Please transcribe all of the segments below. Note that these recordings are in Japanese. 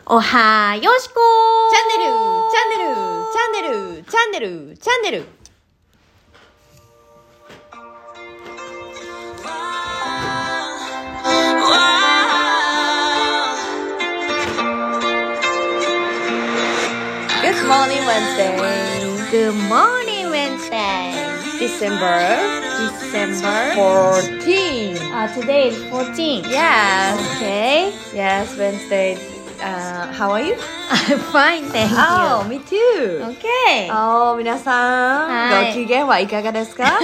おはよしこチャンネルチャンネルチャンネルチャンネルチャンネル。Good morning Wednesday. Good morning Wednesday December December 14. Today is 14 Yes. Okay Yes, Wednesday. How are you? I'm fine, thank Oh, you me too. Okay 皆さん、 はいご機嫌はいかがですか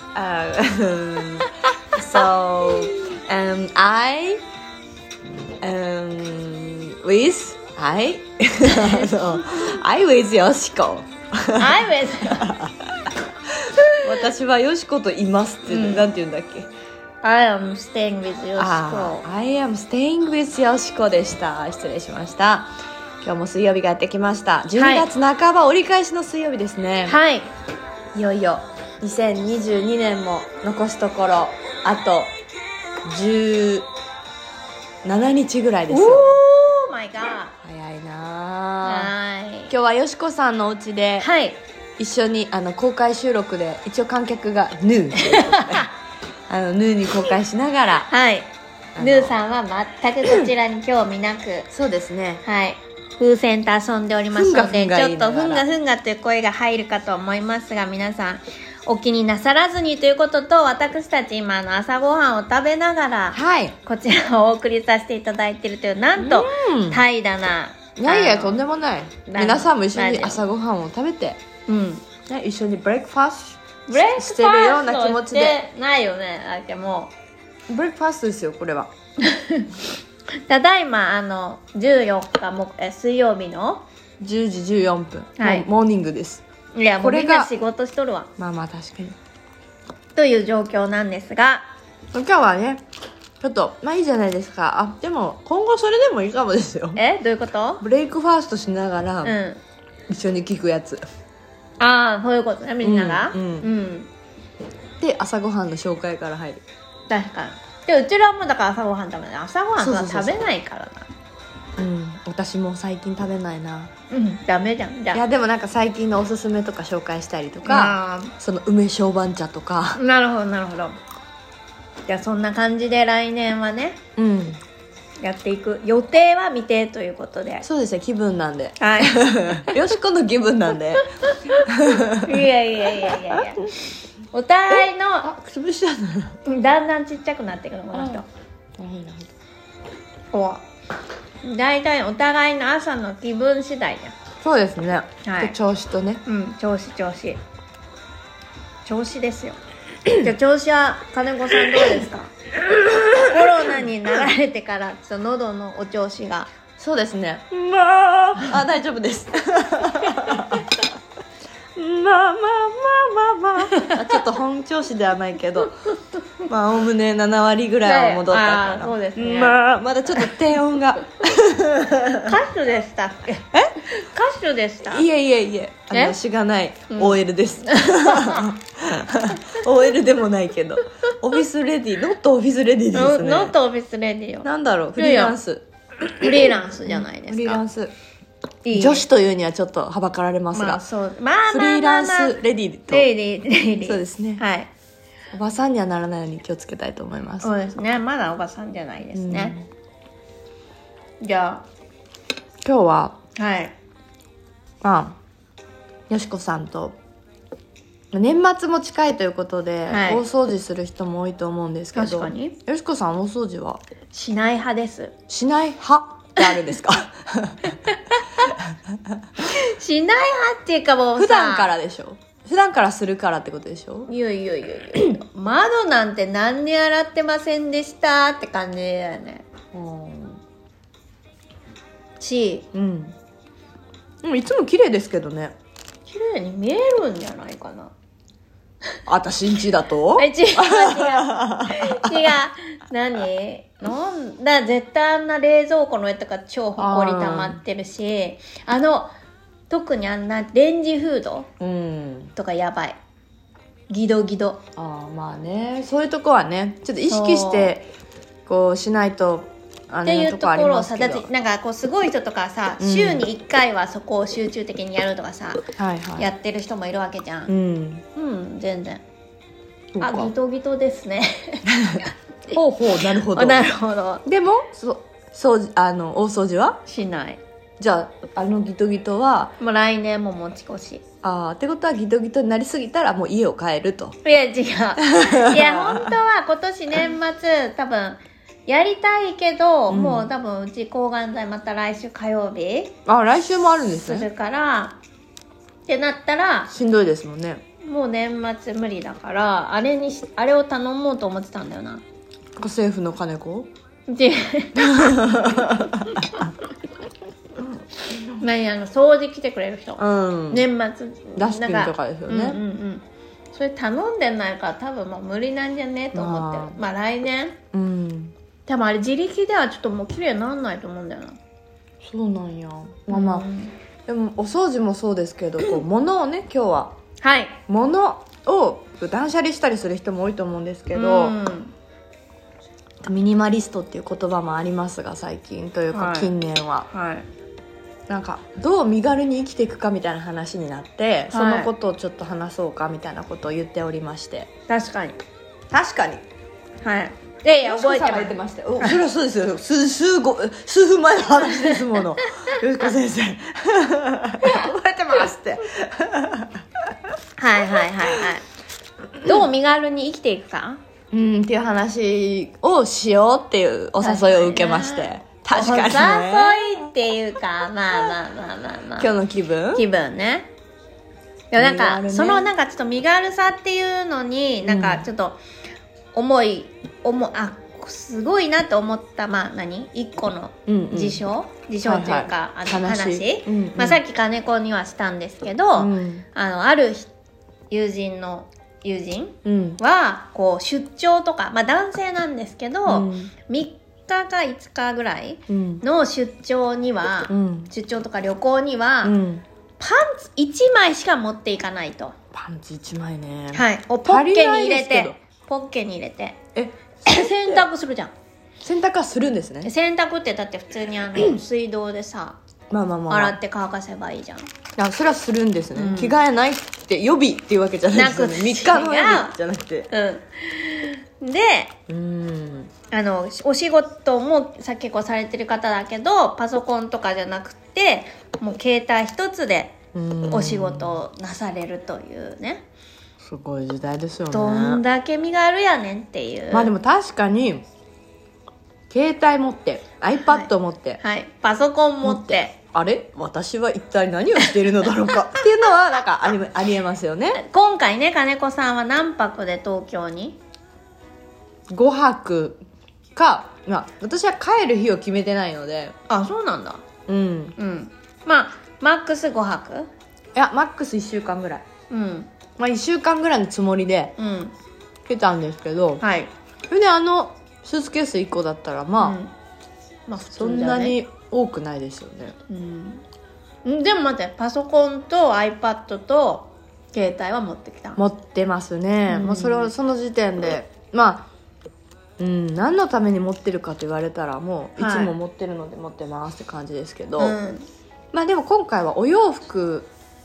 ？So, I withよしこ。 I'm with 私はよしこといますって、なんて言うんだっけ I am staying with よしこ ？I am staying with よしこでした。失礼しました。今日も水曜日がやってきました。12月半ば、折り返しの水曜日ですね。 はいいよいよ2022年も残すところあと17日ぐらいですよ。 Oh my god 早いなはい今日はよしこさんのお家ではい一緒に公開収録で、一応観客がヌーということでヌーに公開しながら、 はいヌーさんは全くこちらに興味なくそうですね、 はい風船と遊んでおりますので、 ふんがちょっとふんふんが言いながらがふんがという声が入るかと思いますが、皆さんお気になさらずにということと、私たち今朝ごはんを食べながらはいこちらをお送りさせていただいているという、なんと怠惰な、 いやいやとんでもない。皆さんも一緒にラジオ朝ごはんを食べて、 うんね、一緒にブレックファースブレックファーストしてるような気持ちでしてないよね。だけどもトブレックファーストですよこれは。 ただいま14日も水曜日の 10時14分、 はいもうモーニングです。 いやもこれがうみんな仕事しとるわまあまあ確かに。 という状況なんですが、 今日はねちょっとまあいいじゃないですか。でも今後それでもいいかもですよ。 どういうこと？ ブレイクファーストしながら、 うん一緒に聞くやつああそういうことね、みんながうんで朝ごはんの紹介から入る。 確かに。でうちらもだから朝ごはん食べない。朝ごはんそうそうそうそう食べないからな。 私も最近食べないな。 ダメじゃんじゃあ。 いやでもなんか最近のおすすめとか紹介したりとか、その梅小番茶とかなるほどなるほど。じゃあそんな感じで来年はねやっていく予定は未定ということで。 そうですね、気分なんではいよしこの気分なんでいやいやいやいやいや、お互いの潰しちゃうの。 だんだんちっちゃくなっていくのこの人。だいたいお互いの朝の気分次第だ。 そうですね、 はいで調子とね。 調子ですよじゃあ調子は金子さんどうですか？コロナになられてからちょっと喉のお調子が。 そうですね、まあ大丈夫ですちょっと本調子ではないけどまあおおむね7割ぐらいは戻ったかな。 そうですね、 まだちょっと低音が歌手でしたっけ？歌手でした？ いえしがない OL です、OL でもないけどオフィスレディ、ノットオフィスレディですね。 ノットオフィスレディよ。 なんだろう、フリーランスフリーランスじゃないですか。 フリーランスいい女子というにはちょっとはばかられますが、 そうフリーランスレディとレディそうですね、 はい、 おばさんにはならないように気をつけたいと思います。 そうですね、まだおばさんじゃないですね、じゃ今日ははいまあよしこさんと年末も近いということで、 はい大掃除する人も多いと思うんですけど、 確かによしこさん大掃除はしない派です。 しない派ってあるんですか？ しない派っていうかもうさ、 普段からでしょ、普段からするからってことでしょ。 いや窓なんて何に洗ってませんでしたって感じだよね。 でもいつも綺麗ですけどね。 綺麗に見えるんじゃないかな。 私んちだと違う何なんだ、絶対あんな冷蔵庫の上とか超ほこり溜まってるし、特にあんなレンジフードとかやばい、ギドギド。 まあね、そういうとこはねちょっと意識してこうしないとっていうところをさ、だってなんかこうすごい人とかさ、週に1回はそこを集中的にやるとかさ、やってる人もいるわけじゃん。全然。あ、ギトギトですね。 ほうほう、なるほど。 なるほど。 でも大掃除はしない。 じゃあギトギトはもう来年も持ち越し。 ってことはギトギトになりすぎたらもう家を変えると。 いや違う。いや本当は今年年末多分やりたいけど、もう多分うち抗がん剤また来週火曜日。 来週もあるんですね。 するからってなったらしんどいですもんね。 もう年末無理だからあれを頼もうと思ってたんだよな。 家政婦の金子何掃除来てくれる人、年末ダスティンとかですよね。 それ頼んでないから多分無理なんじゃねと思ってる。来年、多分あれ自力ではちょっともう綺麗にならないと思うんだよな。 そうなんや。でもお掃除もそうですけど、物をね、今日は物を断捨離したりする人も多いと思うんですけど、ミニマリストっていう言葉もありますが、最近というか近年は、なんかどう身軽に生きていくかみたいな話になって、そのことをちょっと話そうかみたいなことを言っておりまして。 確かにいや覚えてました。それはそうですよ。数分前の話ですもの。よしこ先生覚えてますってどう身軽に生きていくかっていう話をしようっていうお誘いを受けまして。確かにね。 お誘いっていうか今日の気分ね。いやなんか、そのなんかちょっと身軽さっていうのになんかちょっとすごいなって思った一個の事象というか話、さっき金子にはしたんですけど、ある友人はこう出張とか、男性なんですけど、3日か5日ぐらいの出張には、出張とか旅行には、パンツ1枚しか持っていかないと。 パンツ1枚ね。 ポッケに入れて洗濯するじゃん。 洗濯はするんですね。 洗濯ってだって普通に水道でさ、洗って乾かせばいいじゃん。 それはするんですね。着替えないって予備っていうわけじゃないですよね。3日の予備じゃなくて。 で、お仕事も結構されてる方だけど、パソコンとかじゃなくてもう携帯一つでお仕事をなされるというね。 すごい時代ですよね。 どんだけ身軽やねんっていう。 でも確かに携帯持って iPad 持って、 パソコン持ってあれ私は一体何をしているのだろうかっていうのはなんかありえますよね。 今回ね、金子さんは何泊で東京に ？5泊か、私は帰る日を決めてないので。 そうなんだ。マックス5泊？いや、マックス1週間ぐらい。1週間ぐらいのつもりで来たんですけど、それでスーツケース1個だったらそんなに多くないですよね。 でも待って、パソコンと iPad と携帯は持ってきた？ 持ってますね。もうその時点で何のために持ってるかと言われたらもういつも持ってるので持ってますって感じですけど、でも今回はお洋服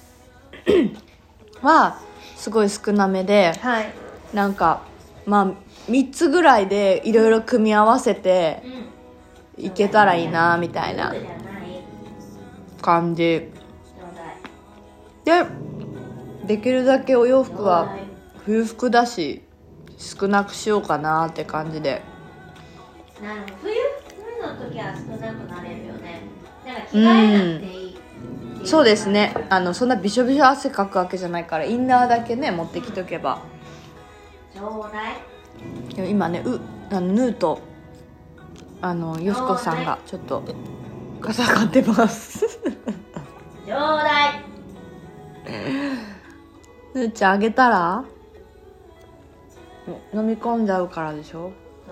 はすごい少なめで、なんか3つぐらいでいろいろ組み合わせていけたらいいなみたいな感じで、できるだけお洋服は冬服だし少なくしようかなって感じで。 冬の時は少なくなれるよね。なんか着替えなくていい。 そうですね。そんなびしょびしょ汗かくわけじゃないからインナーだけね持ってきとけば。 ちょうだい。 でも今ねヌーとよしこさんがちょっと傘買ってますちょうだい。 ヌーちゃんあげたら飲み込んじゃうからでしょ。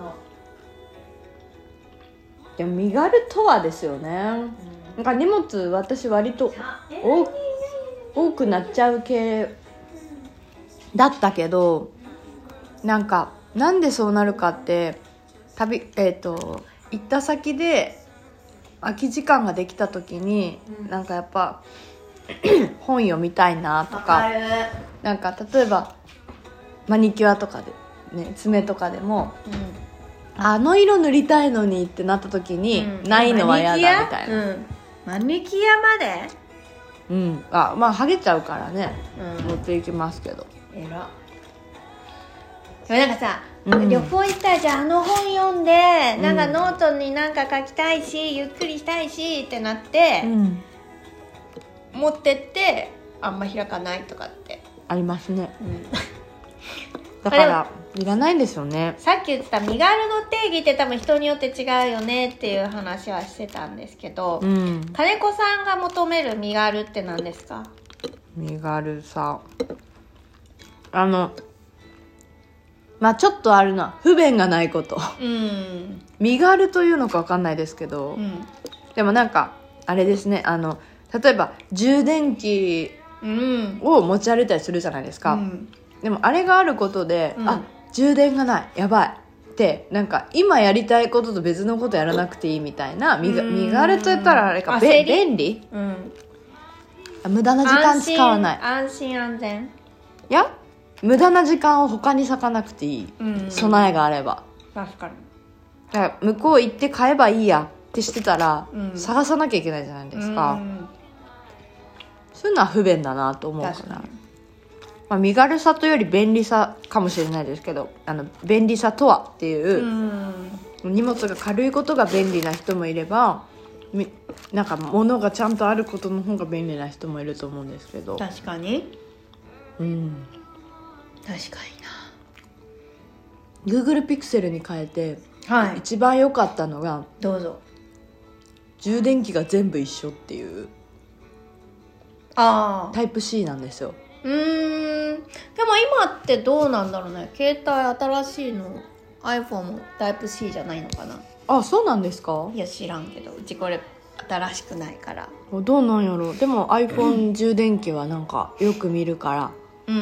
でも身軽とはですよね。なんか荷物私割と多くなっちゃう系だったけど、なんでそうなるかって行った先で空き時間ができた時に、なんかやっぱ本読みたいなとか、なんか例えばマニキュアとかでね、爪とかでも、あの色塗りたいのにってなった時に、ないのは嫌だみたいな。 マニキュアまでまあ剥げちゃうからね、持っていきますけど。 えら。でもなんかさ、旅行行ったらじゃあ本読んで、なんかノートになんか書きたいし、ゆっくりしたいしってなって、持ってってあんま開かないとかってありますね。だからいらないんですよね。 さっき言ってた身軽の定義って多分人によって違うよねっていう話はしてたんですけど、金子さんが求める身軽って何ですか？ 身軽さ、まあちょっとあるな、不便がないこと、身軽というのか分かんないですけど、でもなんかあれですね、例えば充電器を持ち歩いたりするじゃないですか、でもあれがあることで、充電がないやばいってなんか今やりたいことと別のことやらなくていいみたいな、身軽と言ったらあれか、便利、無駄な時間使わない、 安心安全、 いや無駄な時間を他に割かなくていい、備えがあれば。 確かに。 だから向こう行って買えばいいやってしてたら、探さなきゃいけないじゃないですか、そういうのは不便だなと思うから、まあ、身軽さというより便利さかもしれないですけど、便利さとはっていう、荷物が軽いことが便利な人もいれば、なんか物がちゃんとあることの方が便利な人もいると思うんですけど。 確かに、確かにな。 Google Pixel に変えて、一番良かったのが、 どうぞ、 充電器が全部一緒っていうタイプ C なんですよ。 でも今ってどうなんだろうね、携帯新しいの iPhone もタイプ C じゃないのかな。 あ、そうなんですか？ いや知らんけど、うちこれ新しくないから。 どうなんやろ。でも iPhone 充電器はなんかよく見るから、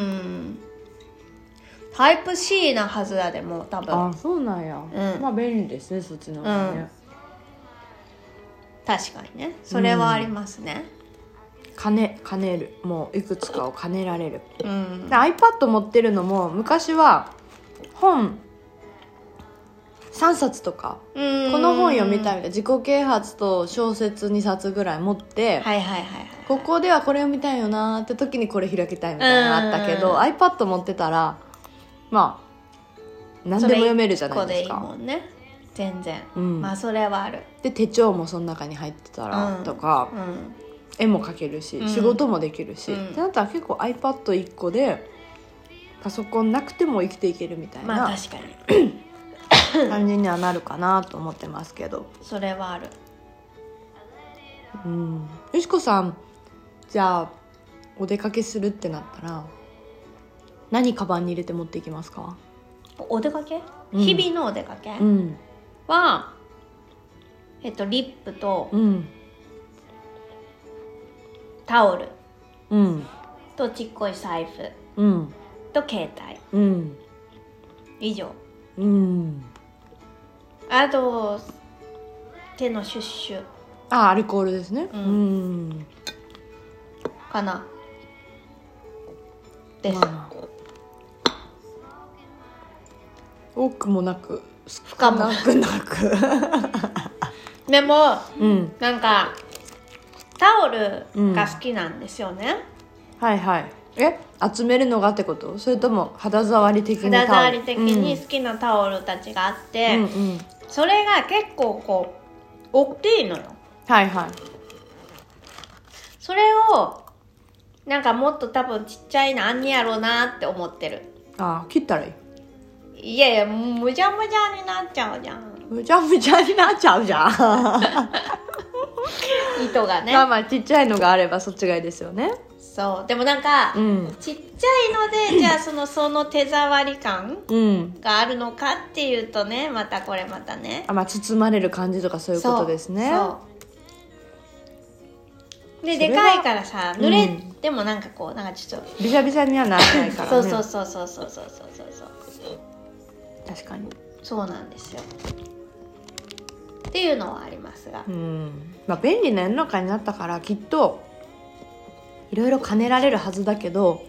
タイプ C なはずだ、でも多分。 あ、そうなんや、まあ便利ですね、そっちの方がね、 確かにね、それはありますね、 兼ねる、もういくつかを兼ねられる、iPad 持ってるのも昔は本3冊とか、この本読みたいみたいな、自己啓発と小説2冊ぐらい持って、ここではこれ読みたいよなって時にこれ開きたいみたいなのあったけど、iPad 持ってたらまあ何でも読めるじゃないですか。 それ1個でいいもんね、全然、まあそれはある。 で手帳もその中に入ってたら、とか、絵も描けるし、仕事もできるし、ってなったら結構 iPad1 個でパソコンなくても生きていけるみたいな、 確かに感じにはなるかなと思ってますけど。 それはある。 よしこさん、じゃあお出かけするってなったら何カバンに入れて持っていきますか？ お出かけ、日々のお出かけ、はリップと、タオル、とちっこい財布、と携帯、以上。あと手のシュッシュ、 アルコールですね、 かなです、 多くもなく少なくなくでも、なんかタオルが好きなんですよね、 集めるのがってこと？それとも肌触り的に肌触り的に好きなタオルたちがあって、それが結構こう大きいのよ。それをなんかもっと多分ちっちゃいのあんねやろうなって思ってる。 切ったらいい。 いやいや、むちゃむちゃになっちゃうじゃん。 むちゃむちゃになっちゃうじゃん糸がね。 まあちっちゃいのがあればそっちがいいですよね。 そう、でもなんか、ちっちゃいのでじゃあその手触り感があるのかっていうとね、またこれまたね、 包まれる感じとかそういうことですね。 そうで、でかいからさ、濡れてもなんかこうなんかちょっとびしゃびしゃにはならないからね。 そう確かにそうなんですよ。 っていうのはありますが、 まあ、便利な世の中になったからきっといろいろ兼ねられるはずだけど、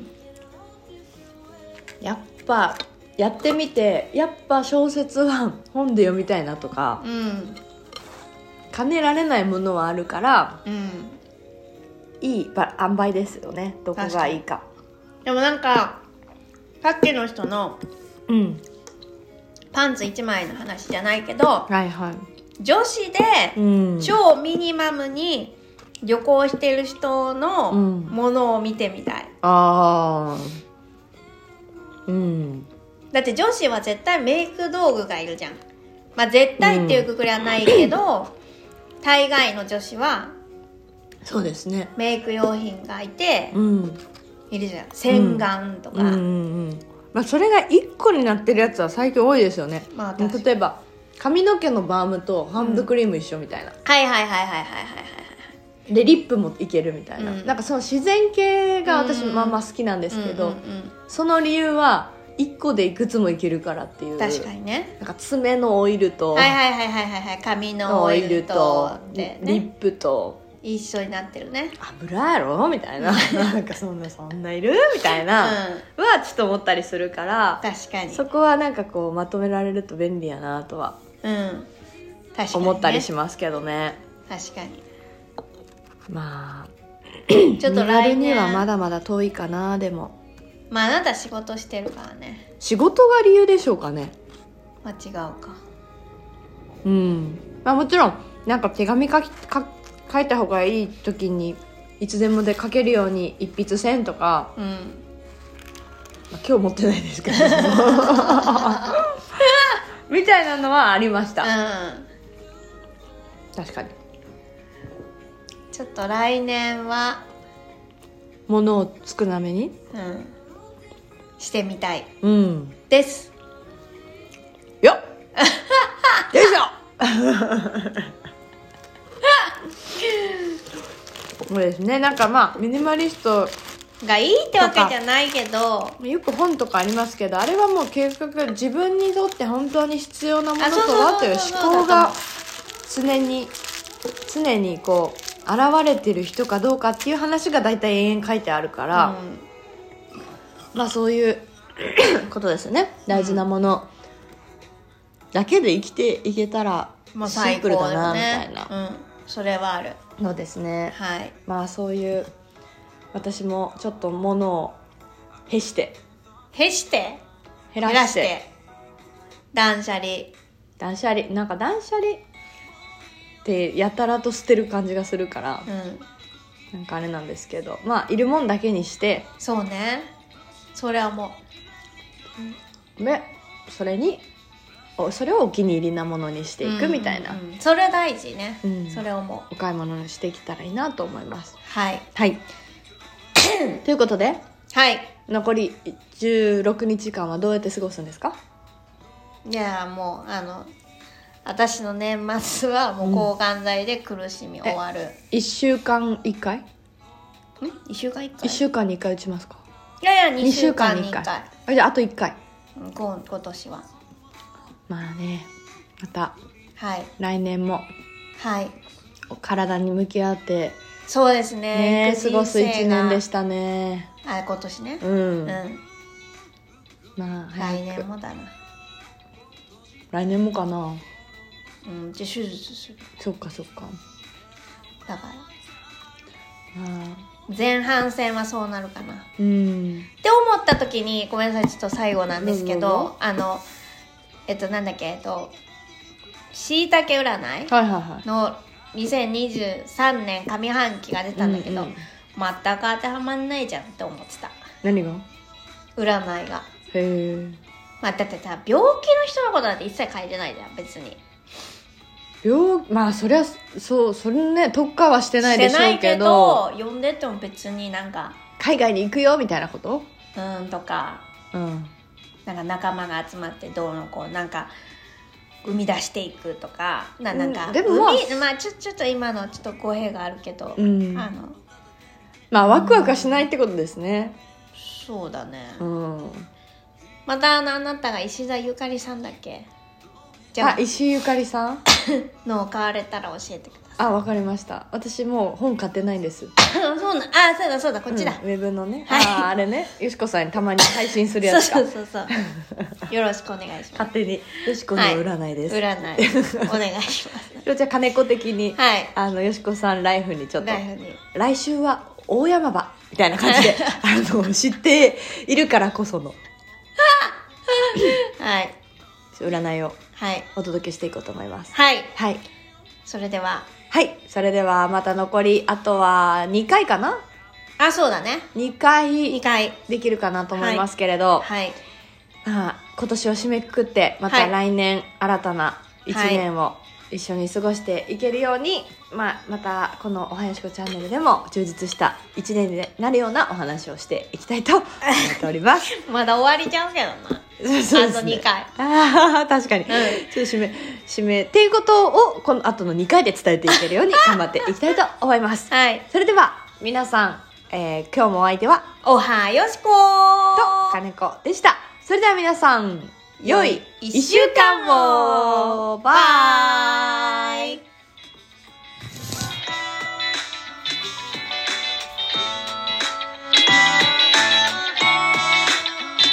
やっぱやってみてやっぱ小説は本で読みたいなとか、兼ねられないものはあるから、いい塩梅ですよね、どこがいいか。 でもなんかさっきの人の、パンツ1枚の話じゃないけど、女子で超ミニマムに旅行してる人のものを見てみたい。だって女子は絶対メイク道具がいるじゃん。まあ絶対っていうくくりはないけど、大概の女子はそうですね、 メイク用品がいて、いるじゃん。洗顔とか、 まあ、それが1個になってるやつは最近多いですよね。例えば髪の毛のバームとハンドクリーム一緒みたいな、でリップもいけるみたいな、なんかその自然系が私まあまあ好きなんですけど、その理由は1個でいくつもいけるからっていう。 確かにね。 なんか爪のオイルと髪のオイルとリップと一緒になってるね。 油やろみたいななんかそんないるみたいなはちょっと思ったりするから、 確かにそこはなんかこうまとめられると便利やなとは確かに、 思ったりしますけどね。 確かに。 まあちょっと来年にはまだまだ遠いかな。でもまああなた仕事してるからね。 仕事が理由でしょうかね。 まあ違うか。 まあもちろんなんか手紙書いた方がいい時にいつでもで書けるように一筆線とか、まあ、今日持ってないですけどみたいなのはありました。確かにちょっと来年は物を少なめに、 してみたい、 ですよっよいしょそうですね。なんかまあミニマリストがいいってわけじゃないけど、 よく本とかありますけど、あれはもう結局自分にとって本当に必要なものとはという思考が常にこう現れてる人かどうかっていう話が大体延々書いてあるから、まあそういうことですね。大事なものだけで生きていけたらシンプルだなみたいな、 それはあるのですね。まあそういう私もちょっと物を減らして断捨離なんか断捨離ってやたらと捨てる感じがするから、なんかあれなんですけど、まあいるもんだけにして、 そうね、それはもうでそれをお気に入りなものにしていくみたいな、 それ大事ね、それをもうお買い物にしていけたらいいなと思います。 はいということで、 残り16日間はどうやって過ごすんですか？ いやもう私の年末はもう抗がん剤で苦しみ終わる。 1週間1回 ？1週間1回？ 1週間に1回打ちますか？ いや2週間に1回。 じゃああと1回。 今年はまあね、また来年も体に向き合ってそうですね過ごす1年でしたね。 今年ね。 まあ来年もだな。 来年もかな。 じゃあ手術する。 そっかだから前半戦はそうなるかなって思った時に、ごめんなさいちょっと最後なんですけど、なんだっけしいたけ占いの2023年上半期が出たんだけど、全く当てはまんないじゃんって思ってた。 何が？ 占いが。だってさ、病気の人のことなんて一切書いてないじゃん別に。 まあそりゃそれね特化はしてないでしょうけど、 読んでても別になんか海外に行くよみたいなこととか、なんか仲間が集まってどうのこうなんか生み出していくとか、なんかでもちょっと今のちょっと語弊があるけど、 まあワクワクはしないってことですね。 そうだね。またあなたが石田ゆかりさんだっけ？ 石井ゆかりさんのを買われたら教えてください。 わかりました。私もう本買ってないんです。 そうだこっちだ、 ウェブのね、あれね、よしこさんにたまに配信するやつか。 そうよろしくお願いします。 勝手によしこの占いです、 占いお願いします。 じゃあ金子的に、よしこさんライフにちょっと来週は大山場みたいな感じで知っているからこその占いをお届けしていこうと思います。 それではそれではまた残りあとは2回かな。 そうだね、 2回できるかなと思いますけれど、今年を締めくくってまた来年新たな1年を一緒に過ごしていけるように、またこのおはよしこチャンネルでも充実した1年になるようなお話をしていきたいと思っておりますまだ終わりちゃうけどなそうですね、 あと2回確かに、ちょっと締めっていうことをこの後の2回で伝えていけるように頑張っていきたいと思いますそれでは皆さん、今日もお相手はおはよしこと金子でした。それでは皆さん良い1週間をバイ